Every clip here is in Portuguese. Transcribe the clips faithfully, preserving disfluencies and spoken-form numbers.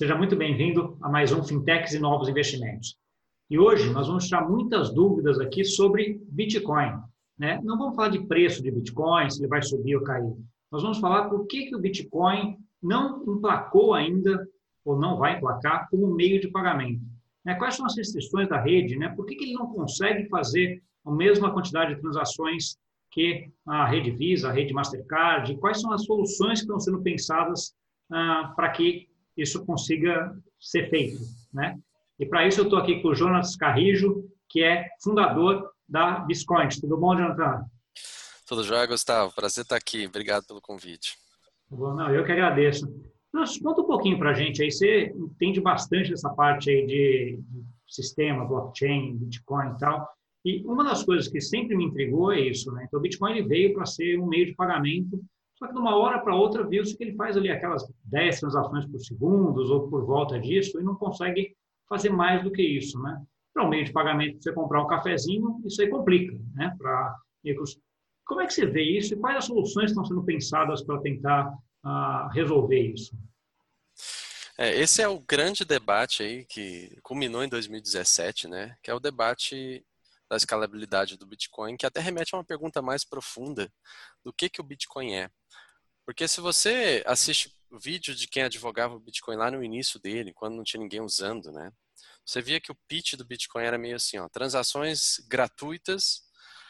Seja muito bem-vindo a mais um Fintechs e Novos Investimentos. E hoje nós vamos tirar muitas dúvidas aqui sobre Bitcoin, né? Não vamos falar de preço de Bitcoin, se ele vai subir ou cair. Nós vamos falar por que, que o Bitcoin não emplacou ainda, ou não vai emplacar, como meio de pagamento. Né? Quais são as restrições da rede? Né? Por que, que ele não consegue fazer a mesma quantidade de transações que a rede Visa, a rede Mastercard? Quais são as soluções que estão sendo pensadas ah, para que isso consiga ser feito, né? E para isso eu estou aqui com o Jonas Carrijo, que é fundador da Biscoint. Tudo bom, Jonathan? Tudo jóia, Gustavo. Prazer estar aqui. Obrigado pelo convite. Bom, não, eu que agradeço. Mas conta um pouquinho para a gente aí. Você entende bastante dessa parte aí de, de sistema, blockchain, Bitcoin e tal. E uma das coisas que sempre me intrigou é isso, né? Então, o Bitcoin ele veio para ser um meio de pagamento. Só que de uma hora para outra viu-se que ele faz ali aquelas dez transações por segundo ou por volta disso e não consegue fazer mais do que isso, né? Para um meio de pagamento, você comprar um cafezinho, isso aí complica, né? Para como é que você vê isso e quais as soluções estão sendo pensadas para tentar uh, resolver isso? É, esse é o grande debate aí que culminou em dois mil e dezessete, né? Que é o debate da escalabilidade do Bitcoin, que até remete a uma pergunta mais profunda do que, que o Bitcoin é. Porque se você assiste o vídeo de quem advogava o Bitcoin lá no início dele, quando não tinha ninguém usando, né? Você via que o pitch do Bitcoin era meio assim, ó, transações gratuitas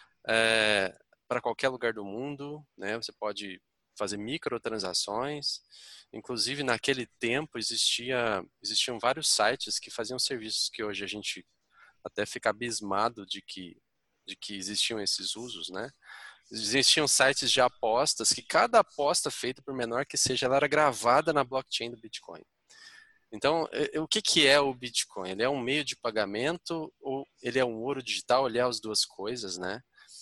é, para qualquer lugar do mundo, né? Você pode fazer microtransações. Inclusive, naquele tempo, existia, existiam vários sites que faziam serviços que hoje a gente até fica abismado de que, de que existiam esses usos, né? Existiam sites de apostas que cada aposta feita, por menor que seja, ela era gravada na blockchain do Bitcoin. Então, o que, que é o Bitcoin? Ele é um meio de pagamento ou ele é um ouro digital? Ele é as duas coisas, né?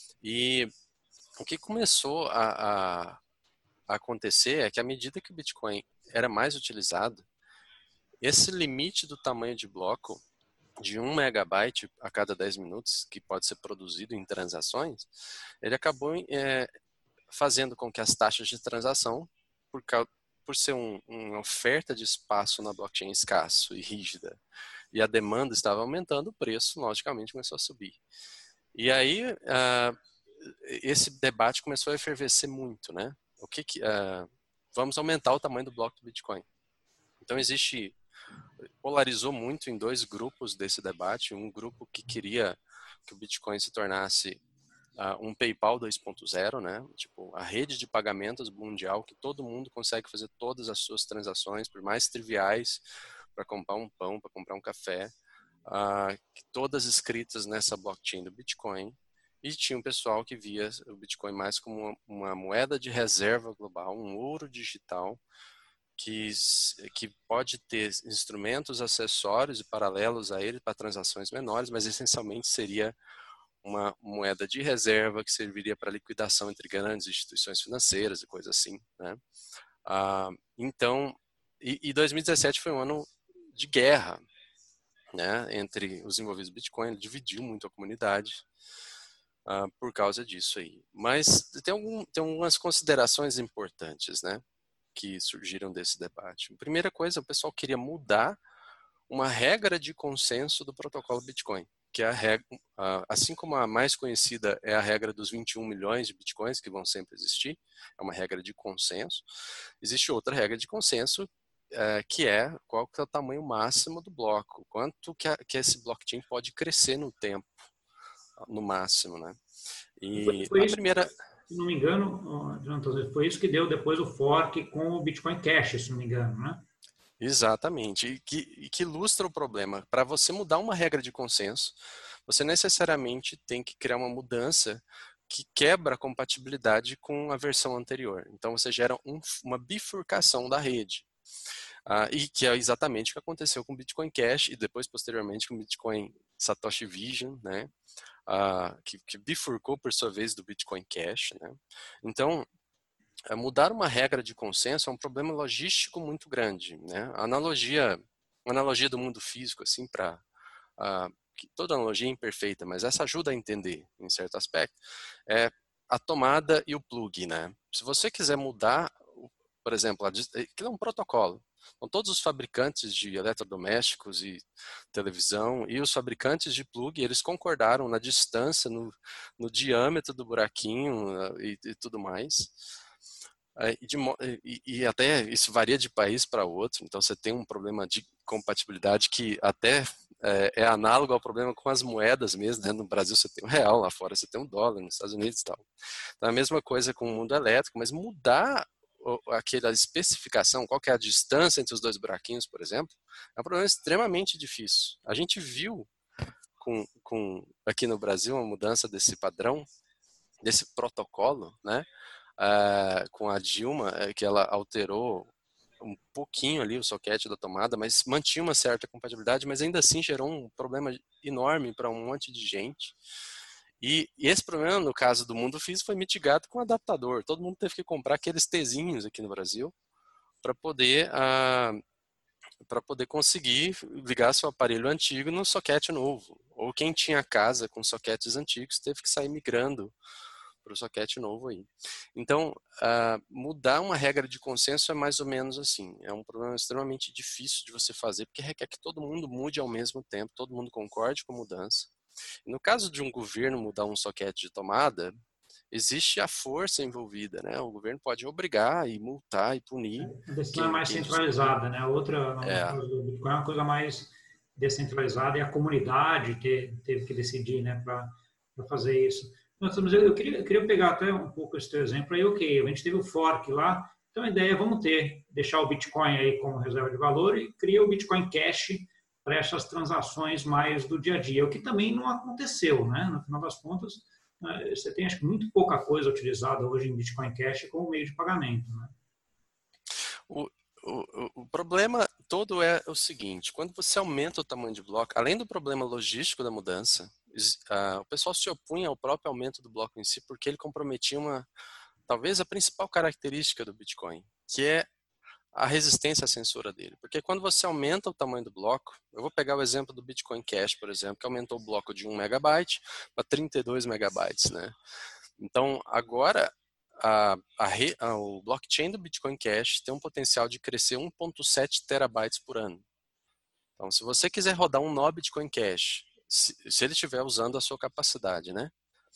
E o que começou a, a, a acontecer é que à medida que o Bitcoin era mais utilizado, esse limite do tamanho de bloco de um megabyte a cada dez minutos, que pode ser produzido em transações, ele acabou é, fazendo com que as taxas de transação, por, por ser um, uma oferta de espaço na blockchain escasso e rígida, e a demanda estava aumentando, o preço, logicamente, começou a subir. E aí, uh, esse debate começou a efervescer muito, né? O que que, uh, vamos aumentar o tamanho do bloco do Bitcoin. Então, existe... polarizou muito em dois grupos desse debate. Um grupo que queria que o Bitcoin se tornasse uh, um PayPal dois ponto zero, né? Tipo, a rede de pagamentos mundial que todo mundo consegue fazer todas as suas transações, por mais triviais, para comprar um pão, para comprar um café, uh, que todas escritas nessa blockchain do Bitcoin. E tinha um pessoal que via o Bitcoin mais como uma, uma moeda de reserva global, um ouro digital, Que, que pode ter instrumentos acessórios e paralelos a ele para transações menores, mas essencialmente seria uma moeda de reserva que serviria para liquidação entre grandes instituições financeiras e coisas assim, né? Ah, então, e, e dois mil e dezessete foi um ano de guerra, né, entre os envolvidos no Bitcoin. Ele dividiu muito a comunidade ah, por causa disso aí. Mas tem, algum, tem algumas considerações importantes, né, que surgiram desse debate. Primeira coisa, o pessoal queria mudar uma regra de consenso do protocolo Bitcoin, que é a regra, assim como a mais conhecida é a regra dos vinte e um milhões de Bitcoins, que vão sempre existir, é uma regra de consenso. Existe outra regra de consenso, é, que é qual que é o tamanho máximo do bloco, quanto que, a, que esse blockchain pode crescer no tempo, no máximo, né? Foi, E foi a isso, primeira... se não me engano, Jonathan, foi isso que deu depois o fork com o Bitcoin Cash, se não me engano, né? Exatamente, e que, e que ilustra o problema. Para você mudar uma regra de consenso, você necessariamente tem que criar uma mudança que quebra a compatibilidade com a versão anterior. Então você gera um, uma bifurcação da rede. Ah, e que é exatamente o que aconteceu com o Bitcoin Cash e depois, posteriormente, com o Bitcoin Satoshi Vision, né? Ah, que, que bifurcou, por sua vez, do Bitcoin Cash, né? Então, mudar uma regra de consenso é um problema logístico muito grande, né? A analogia, uma analogia do mundo físico, assim, para uh, toda analogia é imperfeita, mas essa ajuda a entender, em certo aspecto, é a tomada e o plug, né? Se você quiser mudar, por exemplo, aquilo é um protocolo. Então, todos os fabricantes de eletrodomésticos e televisão e os fabricantes de plug, eles concordaram na distância, no, no diâmetro do buraquinho e, e tudo mais. E, de, e, e até isso varia de país para outro, então você tem um problema de compatibilidade que até é, é análogo ao problema com as moedas mesmo, né? No Brasil você tem um real, lá fora você tem um dólar, nos Estados Unidos e tal. Então, a mesma coisa com o mundo elétrico, mas mudar aquela especificação, qual que é a distância entre os dois buraquinhos, por exemplo, é um problema extremamente difícil. A gente viu com, com, aqui no Brasil uma mudança desse padrão, desse protocolo, né? Uh, com a Dilma, que ela alterou um pouquinho ali o soquete da tomada, mas mantinha uma certa compatibilidade, mas ainda assim gerou um problema enorme para um monte de gente. E, e esse problema, no caso do mundo físico, foi mitigado com adaptador. Todo mundo teve que comprar aqueles Tzinhos aqui no Brasil para poder, uh, para poder conseguir ligar seu aparelho antigo no soquete novo. Ou quem tinha casa com soquetes antigos teve que sair migrando para o soquete novo aí. Então, uh, mudar uma regra de consenso é mais ou menos assim. É um problema extremamente difícil de você fazer, porque requer que todo mundo mude ao mesmo tempo, todo mundo concorde com a mudança. E no caso de um governo mudar um soquete de tomada, existe a força envolvida, né? O governo pode obrigar e multar e punir. A decisão é quem, mais quem centralizada, né? A outra, no é. caso do Bitcoin, é uma coisa mais descentralizada e a comunidade teve, teve que decidir, né, para fazer isso. Nós estamos, eu, queria, eu queria pegar até um pouco esse teu exemplo aí, ok, a gente teve o fork lá, então a ideia é, vamos ter, deixar o Bitcoin aí como reserva de valor e cria o Bitcoin Cash para essas transações mais do dia a dia, o que também não aconteceu, né? No final das contas, você tem, acho que, muito pouca coisa utilizada hoje em Bitcoin Cash como meio de pagamento, né? O, o, o problema todo é o seguinte, quando você aumenta o tamanho de bloco, além do problema logístico da mudança, Uh, o pessoal se opunha ao próprio aumento do bloco em si porque ele comprometia uma, talvez a principal característica do Bitcoin, que é a resistência à censura dele. Porque quando você aumenta o tamanho do bloco, eu vou pegar o exemplo do Bitcoin Cash, por exemplo, que aumentou o bloco de um megabyte para trinta e dois megabytes, né? Então, agora, a, a, a, o blockchain do Bitcoin Cash tem um potencial de crescer um vírgula sete terabytes por ano. Então, se você quiser rodar um nó Bitcoin Cash, Se, se ele estiver usando a sua capacidade, né?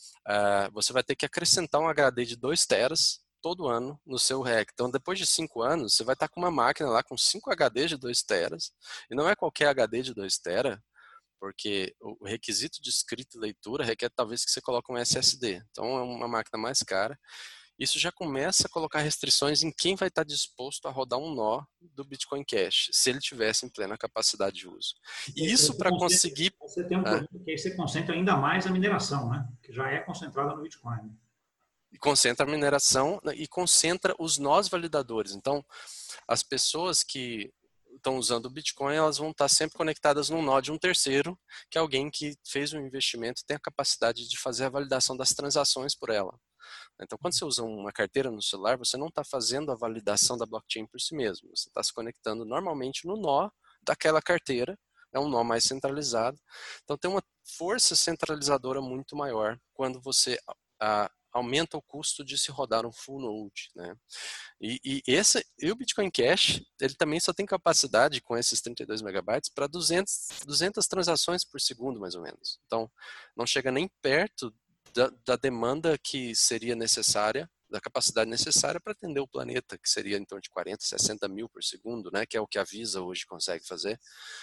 Uh, você vai ter que acrescentar um H D de dois teras todo ano no seu rack. Então, depois de cinco anos, você vai estar com uma máquina lá com cinco H Ds de dois teras. E não é qualquer H D de dois teras, porque o requisito de escrita e leitura requer talvez que você coloque um S S D. Então, é uma máquina mais cara. Isso já começa a colocar restrições em quem vai estar disposto a rodar um nó do Bitcoin Cash, se ele tivesse em plena capacidade de uso. E isso para conseguir... Você tem um produto ah, que aí você concentra ainda mais a mineração, né? Que já é concentrada no Bitcoin. Concentra a mineração e concentra os nós validadores. Então, as pessoas que estão usando o Bitcoin, elas vão estar sempre conectadas num nó de um terceiro, que é alguém que fez um investimento e tem a capacidade de fazer a validação das transações por ela. Então, quando você usa uma carteira no celular, você não está fazendo a validação da blockchain por si mesmo. Você está se conectando normalmente no nó daquela carteira, é um nó mais centralizado. Então, tem uma força centralizadora muito maior quando você a, aumenta o custo de se rodar um full node, né? E, e, esse, e o Bitcoin Cash, ele também só tem capacidade com esses trinta e dois megabytes para duzentas, duzentas transações por segundo, mais ou menos. Então, não chega nem perto Da, da demanda que seria necessária, da capacidade necessária para atender o planeta, que seria em torno de quarenta, sessenta mil por segundo, né, que é o que a Visa hoje consegue fazer.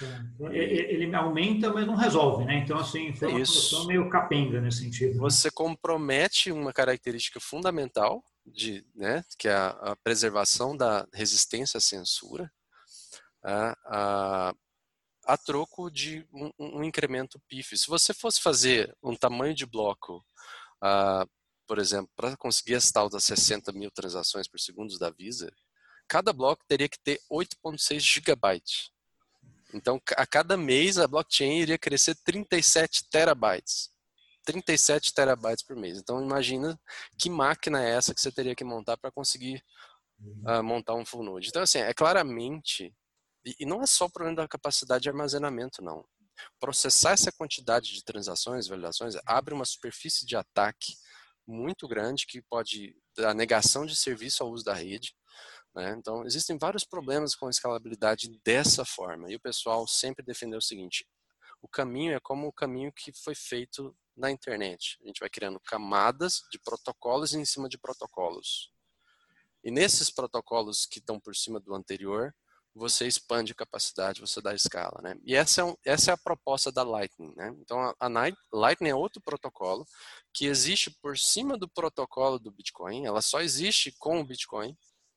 É. E... Ele aumenta, mas não resolve, né? Então, assim, foi é uma solução meio capenga nesse sentido. Você né? compromete uma característica fundamental, de, né, que é a, a preservação da resistência à censura, a, a, a troco de um, um incremento pífio. Se você fosse fazer um tamanho de bloco, uh, por exemplo, para conseguir as tal das sessenta mil transações por segundo da Visa, cada bloco teria que ter oito vírgula seis gigabytes. Então, a cada mês, a blockchain iria crescer trinta e sete terabytes. trinta e sete terabytes por mês. Então, imagina que máquina é essa que você teria que montar para conseguir uh, montar um full node. Então, assim, é claramente... E não é só o problema da capacidade de armazenamento, não. Processar essa quantidade de transações, validações, abre uma superfície de ataque muito grande que pode dar negação de serviço ao uso da rede. né? Então, existem vários problemas com a escalabilidade dessa forma. E o pessoal sempre defendeu o seguinte: o caminho é como o caminho que foi feito na internet. A gente vai criando camadas de protocolos em cima de protocolos. E nesses protocolos que estão por cima do anterior, você expande a capacidade, você dá escala, né? E essa é, um, essa é a proposta da Lightning, né? Então, a, a Lightning é outro protocolo que existe por cima do protocolo do Bitcoin. Ela só existe com o Bitcoin.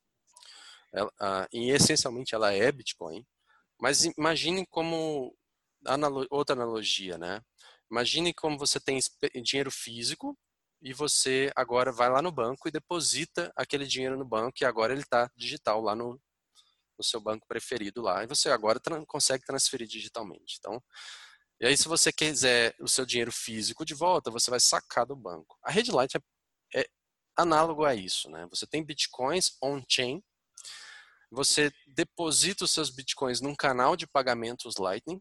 Ela, a, e, essencialmente, ela é Bitcoin. Mas imagine como... Analo, outra analogia, né? Imagine como você tem dinheiro físico e você agora vai lá no banco e deposita aquele dinheiro no banco e agora ele está digital lá no, no seu banco preferido lá, e você agora tra consegue transferir digitalmente. Então, e aí se você quiser o seu dinheiro físico de volta, você vai sacar do banco. A Rede Light é, é análogo a isso, né? Você tem bitcoins on-chain, você deposita os seus bitcoins num canal de pagamentos Lightning,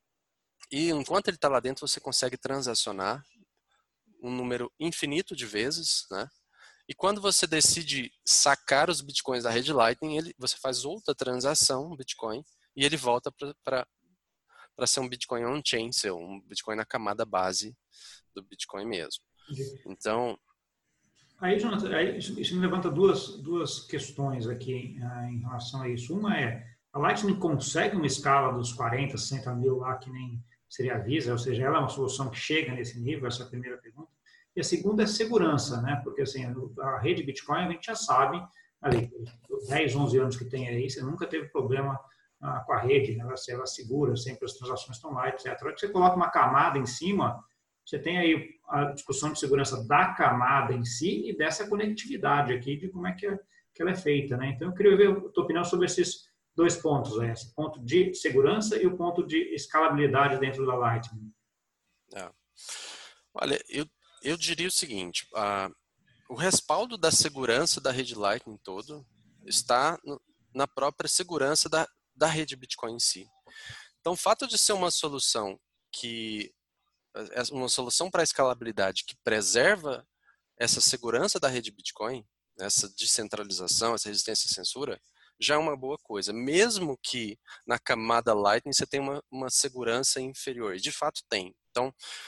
e enquanto ele está lá dentro, você consegue transacionar um número infinito de vezes, né? E quando você decide sacar os bitcoins da rede Lightning, ele, você faz outra transação, Bitcoin, e ele volta para ser um Bitcoin on-chain seu, um Bitcoin na camada base do Bitcoin mesmo. Então... Aí, Jonathan, aí isso, isso me levanta duas, duas questões aqui uh, em relação a isso. Uma é, a Lightning consegue uma escala dos quarenta, sessenta mil lá, que nem seria a Visa, ou seja, ela é uma solução que chega nesse nível? Essa é a primeira pergunta. E a segunda é segurança, né? Porque assim, a rede Bitcoin a gente já sabe, ali, dez, onze anos que tem aí, você nunca teve problema ah, com a rede, né? ela, ela segura, sempre as transações estão lá, etcétera. Hora que você coloca uma camada em cima, você tem aí a discussão de segurança da camada em si e dessa conectividade aqui, de como é que, é, que ela é feita, né? Então, eu queria ver a tua opinião sobre esses dois pontos, né? Esse ponto de segurança e o ponto de escalabilidade dentro da Lightning. É. Olha, eu Eu diria o seguinte, uh, o respaldo da segurança da rede Lightning todo está no, na própria segurança da, da rede Bitcoin em si. Então, o fato de ser uma solução que é uma solução para escalabilidade que preserva essa segurança da rede Bitcoin, essa descentralização, essa resistência à censura, já é uma boa coisa. Mesmo que na camada Lightning você tenha uma, uma segurança inferior, e de fato tem. Então,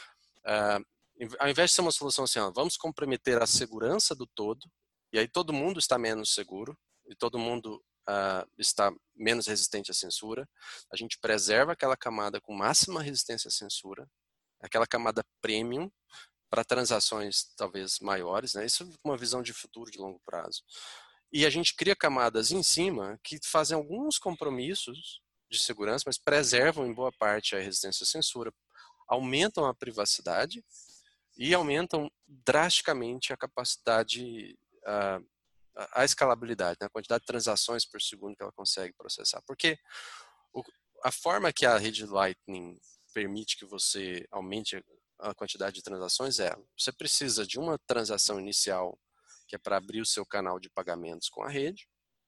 uh, ao invés de ser uma solução assim, ó, vamos comprometer a segurança do todo, e aí todo mundo está menos seguro, e todo mundo uh, está menos resistente à censura, a gente preserva aquela camada com máxima resistência à censura, aquela camada premium, para transações talvez maiores, né? Isso é uma visão de futuro de longo prazo. E a gente cria camadas em cima que fazem alguns compromissos de segurança, mas preservam em boa parte a resistência à censura, aumentam a privacidade e aumentam drasticamente a capacidade, a, a escalabilidade, né? A quantidade de transações por segundo que ela consegue processar. Porque o, a forma que a rede Lightning permite que você aumente a quantidade de transações é, você precisa de uma transação inicial, que é para abrir o seu canal de pagamentos com a rede,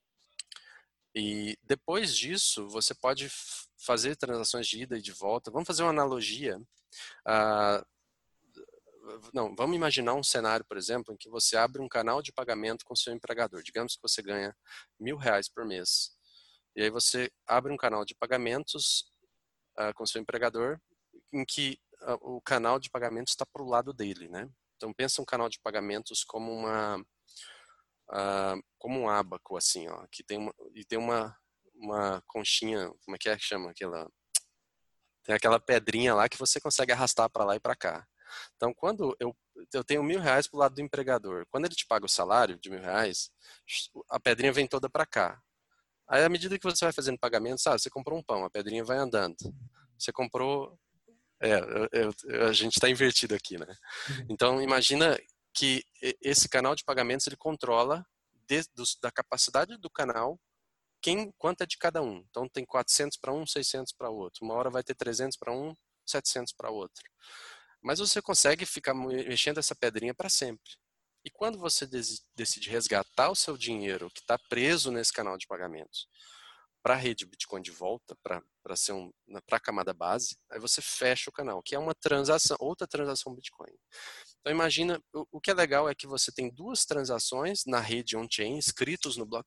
e depois disso, você pode fazer transações de ida e de volta. Vamos fazer uma analogia. Uh, não, vamos imaginar um cenário, por exemplo, em que você abre um canal de pagamento com seu empregador. Digamos que você ganha mil reais por mês. E aí você abre um canal de pagamentos uh, com seu empregador, em que uh, o canal de pagamentos está para o lado dele, né? Então pensa um canal de pagamentos como uma uh, como um ábaco, assim, ó, que tem uma, e tem uma uma conchinha, como é que é que chama aquela? Tem aquela pedrinha lá que você consegue arrastar para lá e para cá. Então, quando eu, eu tenho mil reais para o lado do empregador, quando ele te paga o salário de mil reais, a pedrinha vem toda para cá. Aí, à medida que você vai fazendo pagamento, sabe, você comprou um pão, a pedrinha vai andando. Você comprou... É, eu, eu, a gente está invertido aqui, né? Então, imagina que esse canal de pagamentos, ele controla de, do, da capacidade do canal, quem, quanto é de cada um. Então, tem quatrocentos para um, seiscentos para outro. Uma hora vai ter trezentos para um, setecentos para outro. Mas você consegue ficar mexendo essa pedrinha para sempre. E quando você decide resgatar o seu dinheiro que está preso nesse canal de pagamentos para a rede Bitcoin de volta, para ser um, para a camada base, aí você fecha o canal, que é uma transação, outra transação Bitcoin. Então imagina, o, o que é legal é que você tem duas transações na rede on-chain, escritos no blockchain,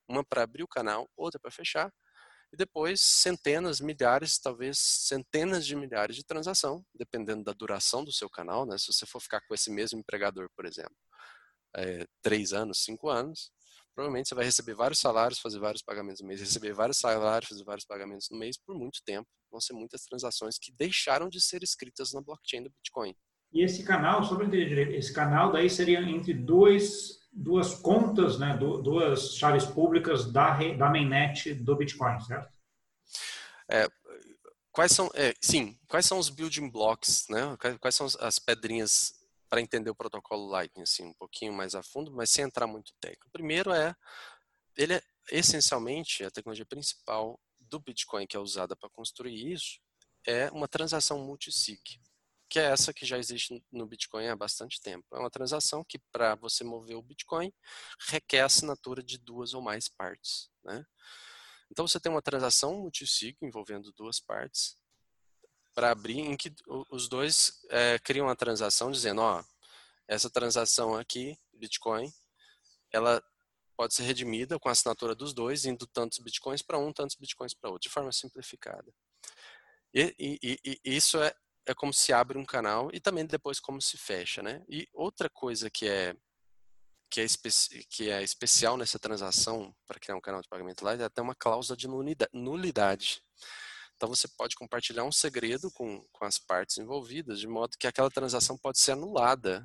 Uma para abrir o canal, outra para fechar. E depois centenas, milhares, talvez centenas de milhares de transação, dependendo da duração do seu canal, né? Se você for ficar com esse mesmo empregador, por exemplo, é, três anos, cinco anos, provavelmente você vai receber vários salários, fazer vários pagamentos no mês, receber vários salários, fazer vários pagamentos no mês por muito tempo. Vão ser muitas transações que deixaram de ser escritas na blockchain do Bitcoin. E esse canal, só para entender direito, esse canal daí seria entre dois, duas contas, né, duas chaves públicas da, da mainnet do Bitcoin, certo? É, quais são, é, sim, quais são os building blocks, né? Quais são as pedrinhas para entender o protocolo Lightning, assim, um pouquinho mais a fundo, mas sem entrar muito técnico. Primeiro é, ele é essencialmente a tecnologia principal do Bitcoin que é usada para construir isso, é uma transação multisig, que é essa que já existe no Bitcoin há bastante tempo. É uma transação que, para você mover o Bitcoin, requer a assinatura de duas ou mais partes, né? Então você tem uma transação multisig envolvendo duas partes para abrir, em que os dois é, criam uma transação dizendo, ó, essa transação aqui, Bitcoin, ela pode ser redimida com a assinatura dos dois, indo tantos bitcoins para um, tantos bitcoins para outro, de forma simplificada. E, e, e, e isso é, é como se abre um canal e também depois como se fecha, né? E outra coisa que é que é, espe que é especial nessa transação para criar um canal de pagamento lá é até uma cláusula de nulidade. Então você pode compartilhar um segredo com, com as partes envolvidas, de modo que aquela transação pode ser anulada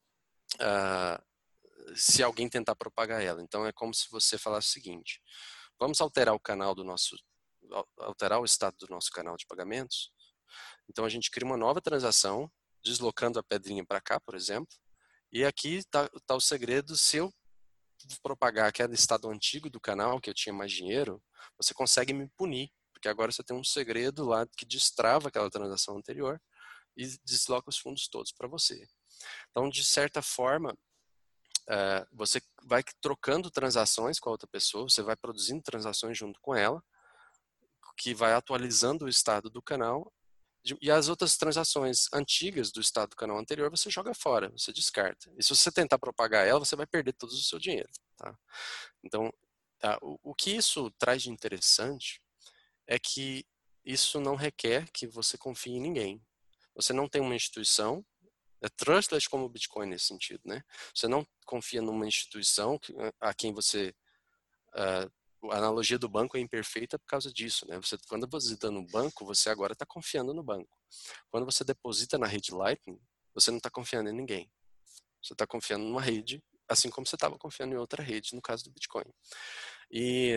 uh, se alguém tentar propagar ela. Então é como se você falasse o seguinte: vamos alterar o canal do nosso, alterar o estado do nosso canal de pagamentos. Então a gente cria uma nova transação, deslocando a pedrinha para cá, por exemplo, e aqui está tá o segredo. Se eu propagar aquele estado antigo do canal, que eu tinha mais dinheiro, você consegue me punir, porque agora você tem um segredo lá que destrava aquela transação anterior e desloca os fundos todos para você. Então, de certa forma, Uh, você vai trocando transações com a outra pessoa, você vai produzindo transações junto com ela, que vai atualizando o estado do canal, e as outras transações antigas do estado do canal anterior você joga fora, você descarta. E se você tentar propagar ela, você vai perder todo o seu dinheiro. Tá? Então, tá, o, o que isso traz de interessante é que isso não requer que você confie em ninguém. Você não tem uma instituição. É trustless como o Bitcoin nesse sentido, né? Você não confia numa instituição que, a quem você... Uh, a analogia do banco é imperfeita por causa disso, né? Você, quando você deposita no banco, você agora está confiando no banco. Quando você deposita na rede Lightning, você não está confiando em ninguém. Você está confiando numa rede, assim como você estava confiando em outra rede, no caso do Bitcoin. E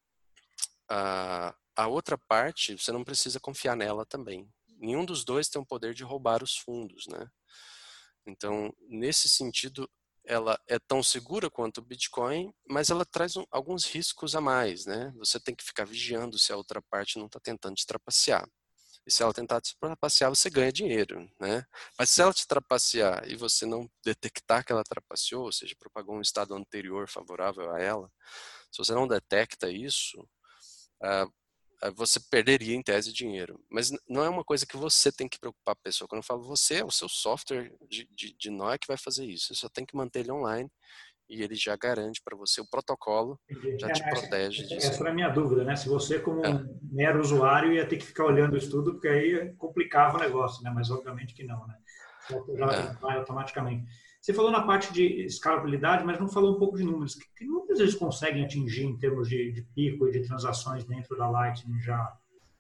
uh, a outra parte, você não precisa confiar nela também. Nenhum dos dois tem o poder de roubar os fundos, né? Então, nesse sentido, ela é tão segura quanto o Bitcoin, mas ela traz um, alguns riscos a mais, né? Você tem que ficar vigiando se a outra parte não está tentando te trapacear. E se ela tentar te trapacear, você ganha dinheiro, né? Mas se ela te trapacear e você não detectar que ela trapaceou, ou seja, propagou um estado anterior favorável a ela, se você não detecta isso, uh, você perderia em tese dinheiro. Mas não é uma coisa que você tem que preocupar a pessoa. Quando eu falo você, é o seu software de, de, de nó que vai fazer isso. Você só tem que manter ele online e ele já garante para você, o protocolo Entendi. já É, te essa, protege essa, disso essa aí. era a minha dúvida, né? Se você, como É, um mero usuário, ia ter que ficar olhando isso tudo, porque aí complicava o negócio, né? Mas obviamente que não, né? Já, já é. vai automaticamente. Você falou na parte de escalabilidade, mas não falou um pouco de números. Que, que números eles conseguem atingir em termos de, de pico e de transações dentro da Lightning já?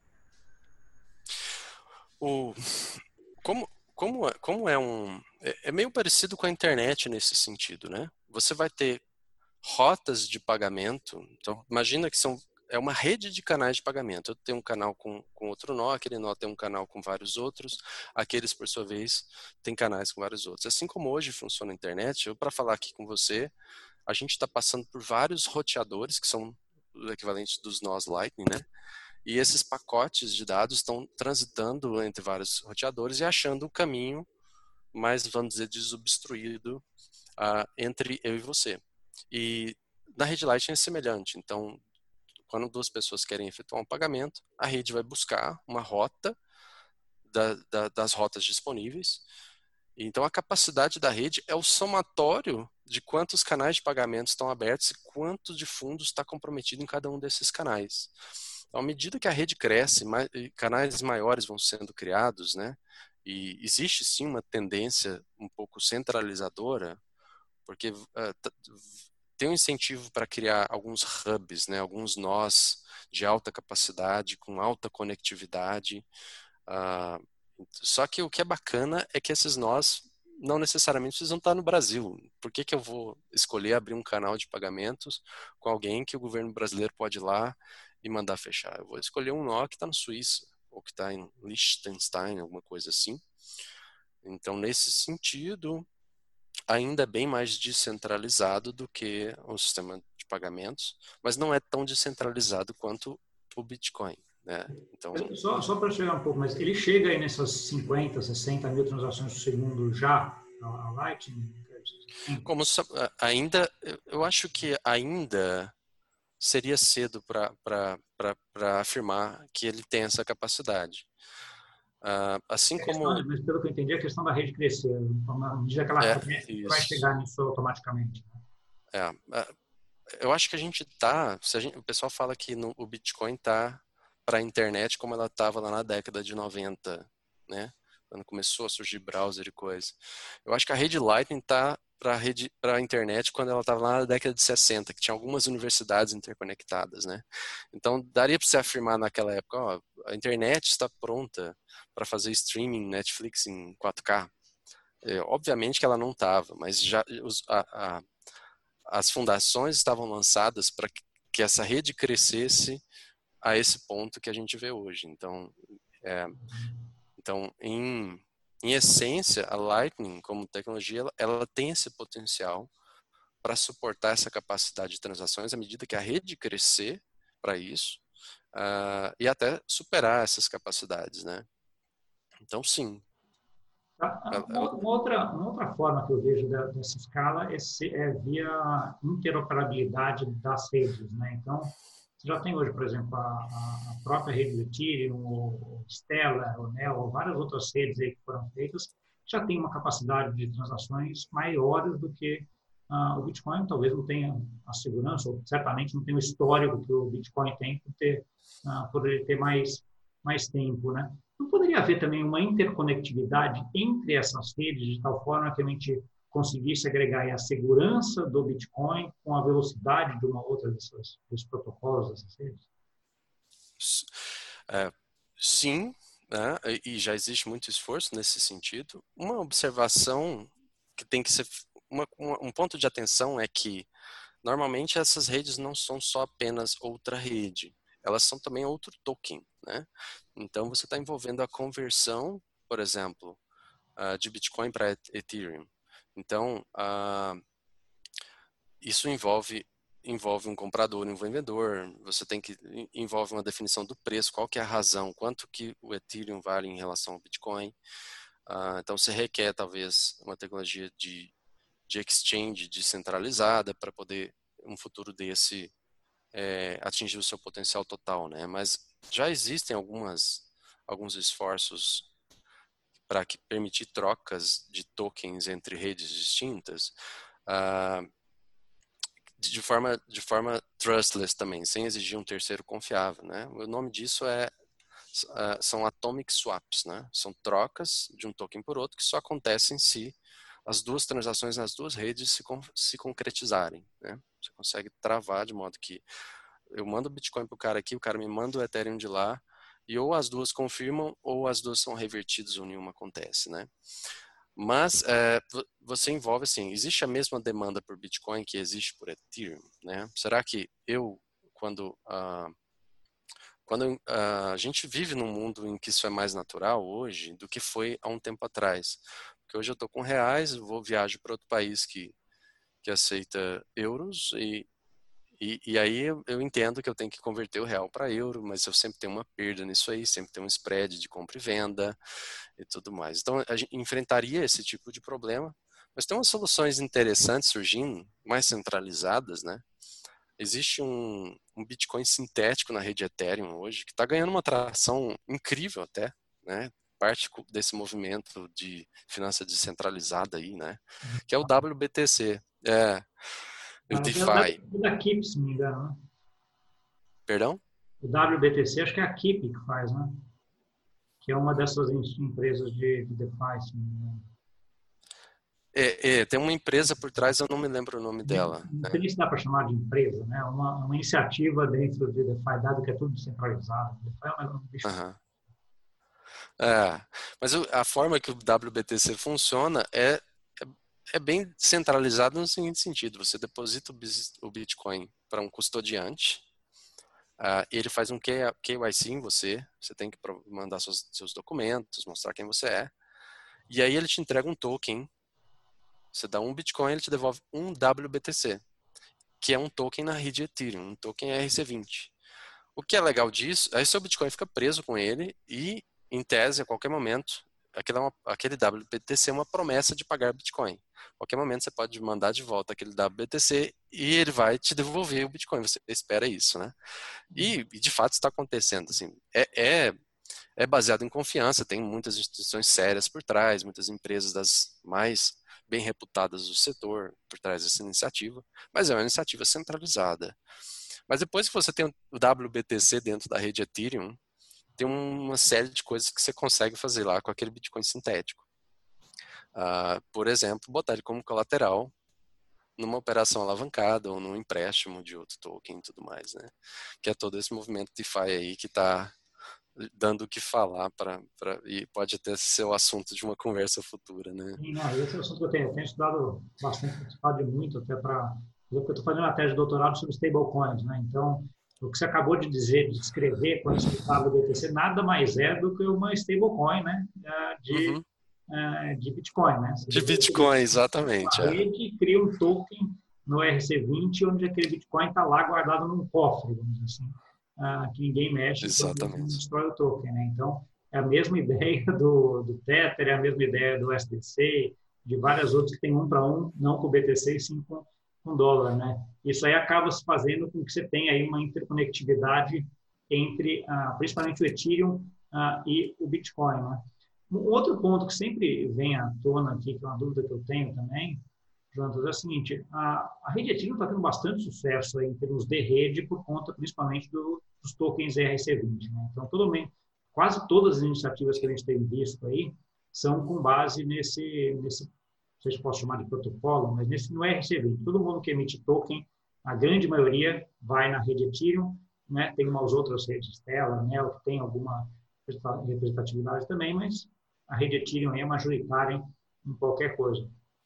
O, como, como, é, como é um... É, é meio parecido com a internet nesse sentido, né? Você vai ter rotas de pagamento. Então, imagina que são, é uma rede de canais de pagamento. Eu tenho um canal com, com outro nó, aquele nó tem um canal com vários outros, aqueles, por sua vez, têm canais com vários outros. Assim como hoje funciona a internet, eu, para falar aqui com você, a gente está passando por vários roteadores, que são os equivalentes dos nós Lightning, né? E esses pacotes de dados estão transitando entre vários roteadores e achando o caminho mais, vamos dizer, desobstruído uh, entre eu e você. E na rede Lightning é semelhante. Então, quando duas pessoas querem efetuar um pagamento, a rede vai buscar uma rota da, da, das rotas disponíveis. Então, a capacidade da rede é o somatório de quantos canais de pagamento estão abertos e quanto de fundos está comprometido em cada um desses canais. Então, à medida que a rede cresce, mais, canais maiores vão sendo criados, né? E existe sim uma tendência um pouco centralizadora, porque uh, tem um incentivo para criar alguns hubs, né? Alguns nós de alta capacidade, com alta conectividade. Uh, só que o que é bacana é que esses nós não necessariamente precisam estar no Brasil. Por que que eu vou escolher abrir um canal de pagamentos com alguém que o governo brasileiro pode ir lá e mandar fechar? Eu vou escolher um nó que está na Suíça, ou que está em Liechtenstein, alguma coisa assim. Então, nesse sentido, ainda é bem mais descentralizado do que o sistema de pagamentos, mas não é tão descentralizado quanto o Bitcoin, né? Então, só só para chegar um pouco, mas ele chega aí nessas cinquenta, sessenta mil transações por segundo já, a Lightning? Como ainda, eu acho que ainda seria cedo para afirmar que ele tem essa capacidade. Uh, assim é como... Questão, mas pelo que eu entendi, a questão da rede crescer, à medida que ela é, cresce, vai chegar nisso automaticamente. É, eu acho que a gente tá, se a gente, o pessoal fala que no, o Bitcoin tá para a internet como ela estava lá na década de noventa, né? Quando começou a surgir browser e coisa. Eu acho que a rede Lightning tá para a rede, para a internet quando ela estava lá na década de sessenta, que tinha algumas universidades interconectadas, né? Então daria para você afirmar naquela época, ó, a internet está pronta para fazer streaming Netflix em quatro K. É, obviamente que ela não estava, mas já os, a, a as fundações estavam lançadas para que essa rede crescesse a esse ponto que a gente vê hoje. Então, é, então em, em essência, a Lightning, como tecnologia, ela, ela tem esse potencial para suportar essa capacidade de transações à medida que a rede crescer para isso uh, e até superar essas capacidades, né? Então, sim. Uma, uma, outra, uma outra forma que eu vejo dessa escala é, se, é via interoperabilidade das redes, né? Então, você já tem hoje, por exemplo, a, a própria rede do Ethereum, o Stellar, o Neo, várias outras redes aí que foram feitas, já tem uma capacidade de transações maiores do que uh, o Bitcoin. Talvez não tenha a segurança, ou certamente não tem o histórico que o Bitcoin tem por ter, uh, por ele ter mais, mais tempo, né? Não poderia haver também uma interconectividade entre essas redes, de tal forma que a gente conseguisse agregar a segurança do Bitcoin com a velocidade de uma outra desses, desses protocolos, dessas redes? É, sim, né? E já existe muito esforço nesse sentido. Uma observação que tem que ser, uma, uma, um ponto de atenção é que normalmente essas redes não são só apenas outra rede, elas são também outro token, né? Então você está envolvendo a conversão, por exemplo, uh, de Bitcoin para Ethereum. Então uh, isso envolve envolve um comprador e um vendedor. Você tem que envolve uma definição do preço, qual que é a razão, quanto que o Ethereum vale em relação ao Bitcoin. Uh, então você requer talvez uma tecnologia de de exchange descentralizada para poder um futuro desse é, atingir o seu potencial total, né? Mas já existem algumas alguns esforços para que permitir trocas de tokens entre redes distintas uh, de forma de forma trustless também, sem exigir um terceiro confiável, né? O nome disso é uh, são atomic swaps, né? São trocas de um token por outro que só acontecem se as duas transações nas duas redes se, se concretizarem, né? Você consegue travar de modo que eu mando o Bitcoin para o cara aqui, o cara me manda o Ethereum de lá, e ou as duas confirmam ou as duas são revertidas ou nenhuma acontece, né? Mas é, você envolve assim, existe a mesma demanda por Bitcoin que existe por Ethereum, né? Será que eu, quando uh, quando uh, a gente vive num mundo em que isso é mais natural hoje do que foi há um tempo atrás? Porque hoje eu estou com reais, vou viajo para outro país que que aceita euros e E, e aí eu, eu entendo que eu tenho que converter o real para euro, mas eu sempre tenho uma perda nisso aí, sempre tem um spread de compra e venda e tudo mais. Então a gente enfrentaria esse tipo de problema, mas tem umas soluções interessantes surgindo, mais centralizadas, né? Existe um, um Bitcoin sintético na rede Ethereum hoje, que está ganhando uma atração incrível até, né? Parte desse movimento de finança descentralizada aí, né? Que é o W B T C. É, o Ah, é o da, DeFi. da Keep, se não me engano, né? Perdão? O W B T C, acho que é a Keep que faz, né? Que é uma dessas empresas de, de DeFi, se não me engano. É, é, tem uma empresa por trás, eu não me lembro o nome Nem, dela, não sei né? nem se dá para chamar de empresa, né? Uma, uma iniciativa dentro de DeFi, dado que é tudo descentralizado. DeFi é um bicho. Aham. É, mas o- a forma que o W B T C funciona é, é, é bem centralizado no seguinte sentido: você deposita o bis- o Bitcoin para um custodiante, ah, ele faz um K- KYC em você, você tem que pro- mandar seus, seus documentos, mostrar quem você é, e aí ele te entrega um token. Você dá um Bitcoin, ele te devolve um W B T C, que é um token na rede Ethereum, um token R C vinte. O que é legal disso, aí seu Bitcoin fica preso com ele e, em tese, a qualquer momento, aquele, é uma, aquele W B T C é uma promessa de pagar Bitcoin. A qualquer momento você pode mandar de volta aquele W B T C e ele vai te devolver o Bitcoin. Você espera isso, né? E, e de fato está acontecendo. Assim, é, é, é baseado em confiança, tem muitas instituições sérias por trás, muitas empresas das mais bem reputadas do setor por trás dessa iniciativa, mas é uma iniciativa centralizada. Mas depois que você tem o W B T C dentro da rede Ethereum, tem uma série de coisas que você consegue fazer lá com aquele Bitcoin sintético. Uh, por exemplo, botar ele como colateral numa operação alavancada ou num empréstimo de outro token e tudo mais, né? Que é todo esse movimento DeFi aí que está dando o que falar para e pode até ser o assunto de uma conversa futura, né? Sim, não, esse é o assunto que eu tenho. Eu tenho estudado bastante, participado de muito, até para. Eu estou fazendo uma tese de doutorado sobre stablecoins, né? Então, o que você acabou de dizer, de descrever quando você fala do B T C, nada mais é do que uma stablecoin, né? De, Uhum. de Bitcoin, né? Você De deposita Bitcoin, Bitcoin exatamente. na É. rede e cria um token no R C vinte, onde aquele Bitcoin está lá guardado num cofre, vamos dizer assim, que ninguém mexe, por enquanto não Exatamente. destrói o token, né? Então, é a mesma ideia do, do Tether, é a mesma ideia do S D C, de várias outras que tem um para um, não com o B T C, e sim com, com dólar, né? Isso aí acaba se fazendo com que você tenha aí uma interconectividade entre, ah, principalmente o Ethereum ah, e o Bitcoin, né? Um outro ponto que sempre vem à tona aqui, que é uma dúvida que eu tenho também, Jonas, é o seguinte, a, a rede Ethereum está tendo bastante sucesso aí em termos de rede por conta principalmente do, dos tokens E R C vinte, né? Então, todo mundo, quase todas as iniciativas que a gente tem visto aí são com base nesse, nesse não sei se posso chamar de protocolo, mas nesse, no E R C vinte. Todo mundo que emite token, a grande maioria vai na rede Ethereum, né? Tem umas outras redes, Stellar, Neo, que tem alguma representatividade também, mas a rede Ethereum é majoritária em qualquer coisa.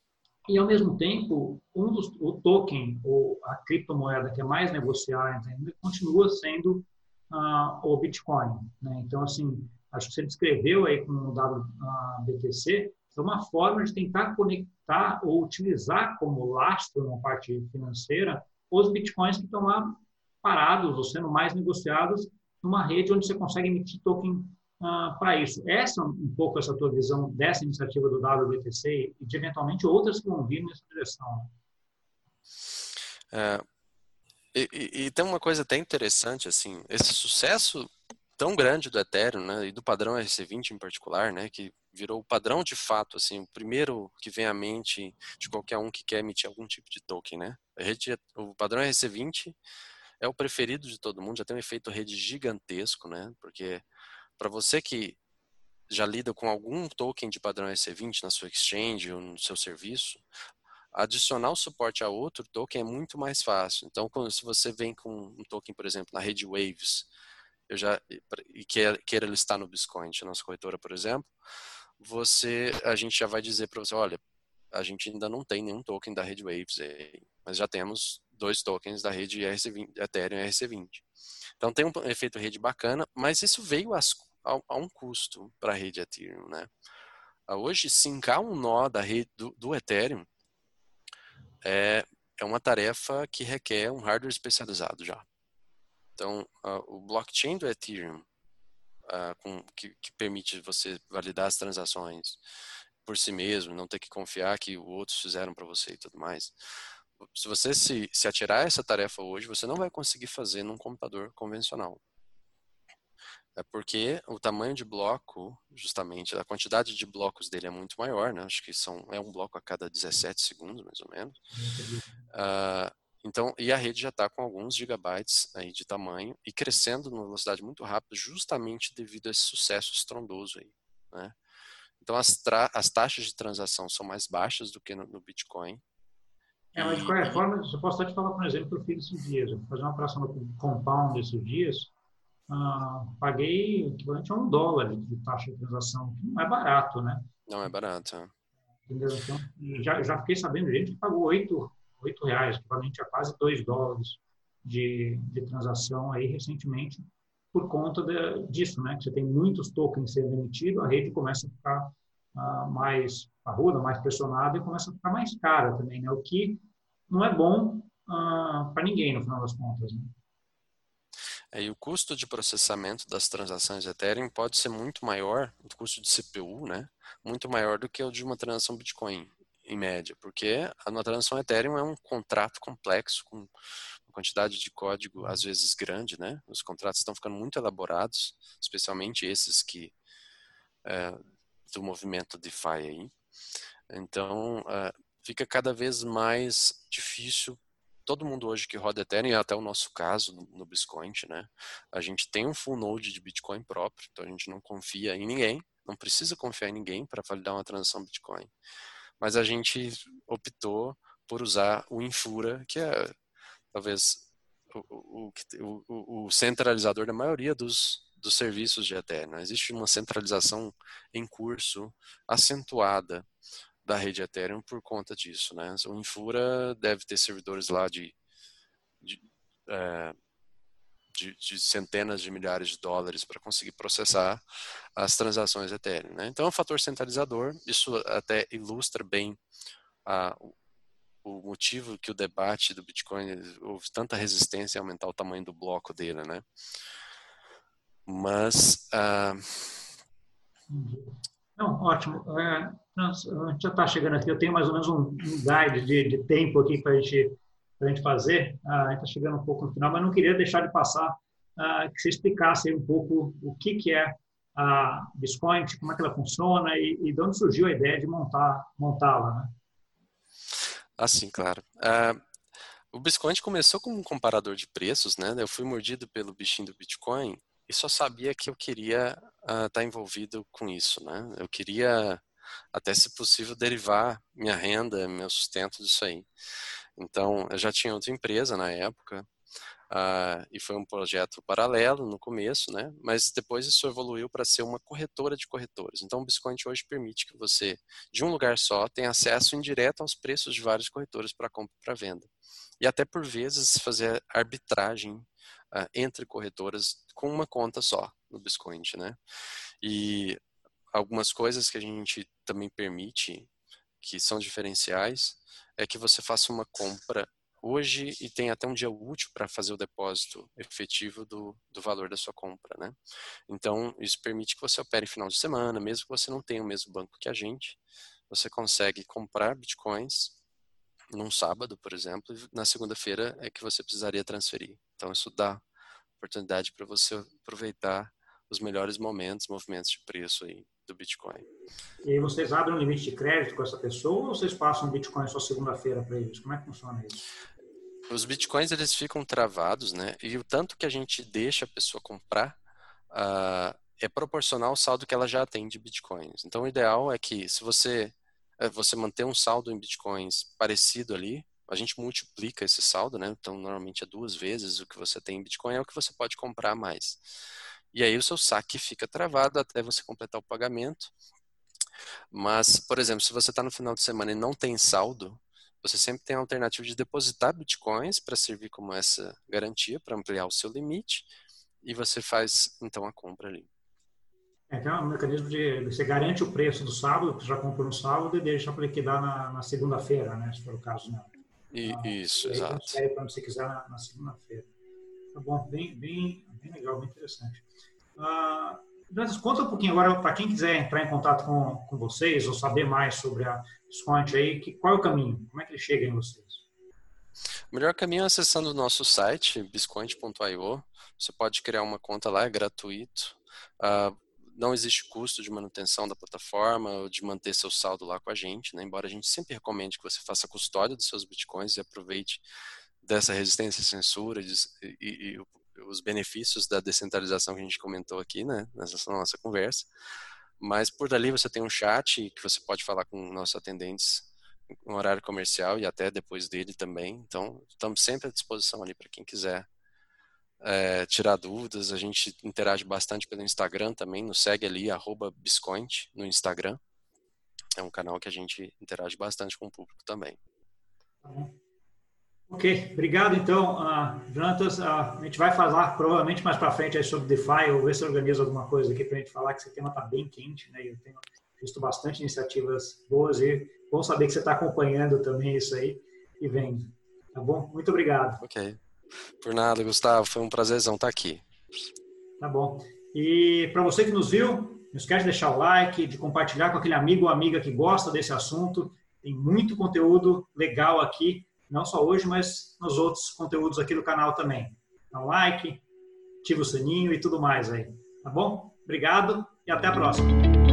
E, ao mesmo tempo, um dos, o token, ou a criptomoeda que é mais negociada ainda, continua sendo ah, o Bitcoin, né? Então, assim, acho que você descreveu aí com o W B T C, é uma forma de tentar conectar ou utilizar como lastro na parte financeira os Bitcoins que estão lá parados ou sendo mais negociados numa rede onde você consegue emitir token ah, para isso. Essa um pouco essa tua visão dessa iniciativa do W B T C e de eventualmente outras que vão vir nessa direção. É, e, e, e tem uma coisa até interessante, assim, esse sucesso tão grande do Ethereum, né, e do padrão R C vinte em particular, né, que virou o padrão de fato, assim, o primeiro que vem à mente de qualquer um que quer emitir algum tipo de token, né? A rede, o padrão R C vinte é o preferido de todo mundo, já tem um efeito rede gigantesco, né? Porque para você que já lida com algum token de padrão R C vinte na sua exchange ou no seu serviço, adicionar o suporte a outro token é muito mais fácil. Então, quando, se você vem com um token, por exemplo, na rede Waves, eu já e queira, queira listar no Biscoint, nossa corretora, por exemplo, você, a gente já vai dizer para você, olha, a gente ainda não tem nenhum token da rede Waves, mas já temos dois tokens da rede E R C vinte, Ethereum E R C vinte. Então tem um efeito rede bacana, mas isso veio a, a um custo para a rede Ethereum, né? Hoje, sincar um nó da rede do, do Ethereum é, é uma tarefa que requer um hardware especializado já. Então, uh, o blockchain do Ethereum, uh, com, que, que permite você validar as transações por si mesmo, não ter que confiar que outros fizeram para você e tudo mais. Se você se, se atirar essa tarefa hoje, você não vai conseguir fazer num computador convencional. É porque o tamanho de bloco, justamente, a quantidade de blocos dele é muito maior, né? Acho que são, é um bloco a cada dezessete segundos, mais ou menos. Uh, então, e a rede já está com alguns gigabytes aí de tamanho e crescendo numa velocidade muito rápida, justamente devido a esse sucesso estrondoso aí, né? Então, as, as taxas de transação são mais baixas do que no, no Bitcoin. É, mas de qualquer forma, eu posso até te falar, por exemplo, que eu fiz esses dias. Eu vou fazer uma operação no Compound esses dias, ah, paguei equivalente a um dólar de taxa de transação, que não é barato, né? Não é barato. É. Entendeu? Então, já, já fiquei sabendo de gente que pagou oito, oito reais, equivalente a quase dois dólares de, de transação aí recentemente, por conta de, disso, né? Que você tem muitos tokens sendo emitidos, a rede começa a ficar ah, mais parruda, mais pressionada e começa a ficar mais cara também, né? O que não é bom ah, para ninguém, no final das contas, né? É, e o custo de processamento das transações Ethereum pode ser muito maior, o custo de C P U, né? Muito maior do que o de uma transação Bitcoin, em média, porque a transação Ethereum é um contrato complexo, com uma quantidade de código às vezes grande, né? Os contratos estão ficando muito elaborados, especialmente esses que é, do movimento DeFi aí. Então, uh, fica cada vez mais difícil. Todo mundo hoje que roda Ethereum, e até o nosso caso no, no Biscoint, né? A gente tem um full node de Bitcoin próprio, então a gente não confia em ninguém, não precisa confiar em ninguém para validar uma transação Bitcoin. Mas a gente optou por usar o Infura, que é talvez o, o, o, o centralizador da maioria dos, dos serviços de Ethereum. Existe uma centralização em curso acentuada da rede Ethereum por conta disso, né? O Infura deve ter servidores lá de, de, é, de, de centenas de milhares de dólares para conseguir processar as transações Ethereum, né? Então é um fator centralizador. Isso até ilustra bem a, o motivo que o debate do Bitcoin houve tanta resistência em aumentar o tamanho do bloco dele, né? Mas uh... Não, ótimo. É, a gente já está chegando aqui. Eu tenho mais ou menos um, um guide de, de tempo aqui para gente, a gente fazer. Ah, a gente está chegando um pouco no final, mas não queria deixar de passar ah, que você explicasse aí um pouco o que, que é a Biscoint, como é que ela funciona e, e de onde surgiu a ideia de montar, montá-la, né? Ah, sim, claro. Uh, o Biscoint começou como um comparador de preços, né? Eu fui mordido pelo bichinho do Bitcoin e só sabia que eu queria estar uh, tá envolvido com isso, né? Eu queria, até se possível, derivar minha renda, meu sustento disso aí. Então, eu já tinha outra empresa na época, Uh, e foi um projeto paralelo no começo, né? Mas depois isso evoluiu para ser uma corretora de corretores. Então o Biscoint hoje permite que você, de um lugar só, tenha acesso indireto aos preços de vários corretores para compra e para venda. E até por vezes fazer arbitragem uh, entre corretoras com uma conta só no Biscoint, né? E algumas coisas que a gente também permite, que são diferenciais, é que você faça uma compra hoje e tem até um dia útil para fazer o depósito efetivo do, do valor da sua compra, né? Então, isso permite que você opere em final de semana, mesmo que você não tenha o mesmo banco que a gente, você consegue comprar bitcoins num sábado, por exemplo, e na segunda-feira é que você precisaria transferir. Então, isso dá oportunidade para você aproveitar os melhores momentos, movimentos de preço aí do Bitcoin. E aí vocês abrem um limite de crédito com essa pessoa ou vocês passam Bitcoin só segunda-feira para eles? Como é que funciona isso? Os bitcoins eles ficam travados, né? E o tanto que a gente deixa a pessoa comprar uh, é proporcional ao saldo que ela já tem de bitcoins. Então o ideal é que se você você manter um saldo em bitcoins parecido ali, a gente multiplica esse saldo, né? Então normalmente é duas vezes o que você tem em bitcoin é o que você pode comprar mais. E aí o seu saque fica travado até você completar o pagamento. Mas, por exemplo, se você está no final de semana e não tem saldo, você sempre tem a alternativa de depositar bitcoins para servir como essa garantia, para ampliar o seu limite, e você faz, então, a compra ali. É, tem um mecanismo de você garante o preço do sábado, que já comprou no sábado, e deixa para liquidar na, na segunda-feira, né? Se for o caso, né? E, Ah, isso, e aí exato. transfere para onde você quiser na, na segunda-feira. Tá bom, bem, bem, bem legal, bem interessante. Ah, conta um pouquinho agora, para quem quiser entrar em contato com, com vocês ou saber mais sobre a Biscoint aí, que, qual é o caminho? Como é que ele chega em vocês? O melhor caminho é acessando o nosso site, biscoint ponto i o. Você pode criar uma conta lá, é gratuito. Uh, não existe custo de manutenção da plataforma ou de manter seu saldo lá com a gente, né? Embora a gente sempre recomende que você faça a custódia dos seus bitcoins e aproveite dessa resistência à censura e, e, e os benefícios da descentralização que a gente comentou aqui, né, nessa nossa conversa. Mas por ali você tem um chat que você pode falar com nossos atendentes em horário comercial e até depois dele também. Então, estamos sempre à disposição ali para quem quiser é, tirar dúvidas. A gente interage bastante pelo Instagram também, nos segue ali, arroba Biscoint no Instagram. É um canal que a gente interage bastante com o público também. Ok, obrigado então, uh, Jonatas. Uh, a gente vai falar provavelmente mais para frente aí sobre DeFi, ou ver se organiza alguma coisa aqui para a gente falar, que esse tema está bem quente, né? Eu tenho visto bastante iniciativas boas e bom saber que você está acompanhando também isso aí e vendo. Tá bom? Muito obrigado. Ok. Por nada, Gustavo. Foi um prazerzão estar aqui. Tá bom. E para você que nos viu, não esquece de deixar o like, de compartilhar com aquele amigo ou amiga que gosta desse assunto. Tem muito conteúdo legal aqui, não só hoje, mas nos outros conteúdos aqui do canal também. Dá um like, ativa o sininho e tudo mais aí. Tá bom? Obrigado e até a próxima.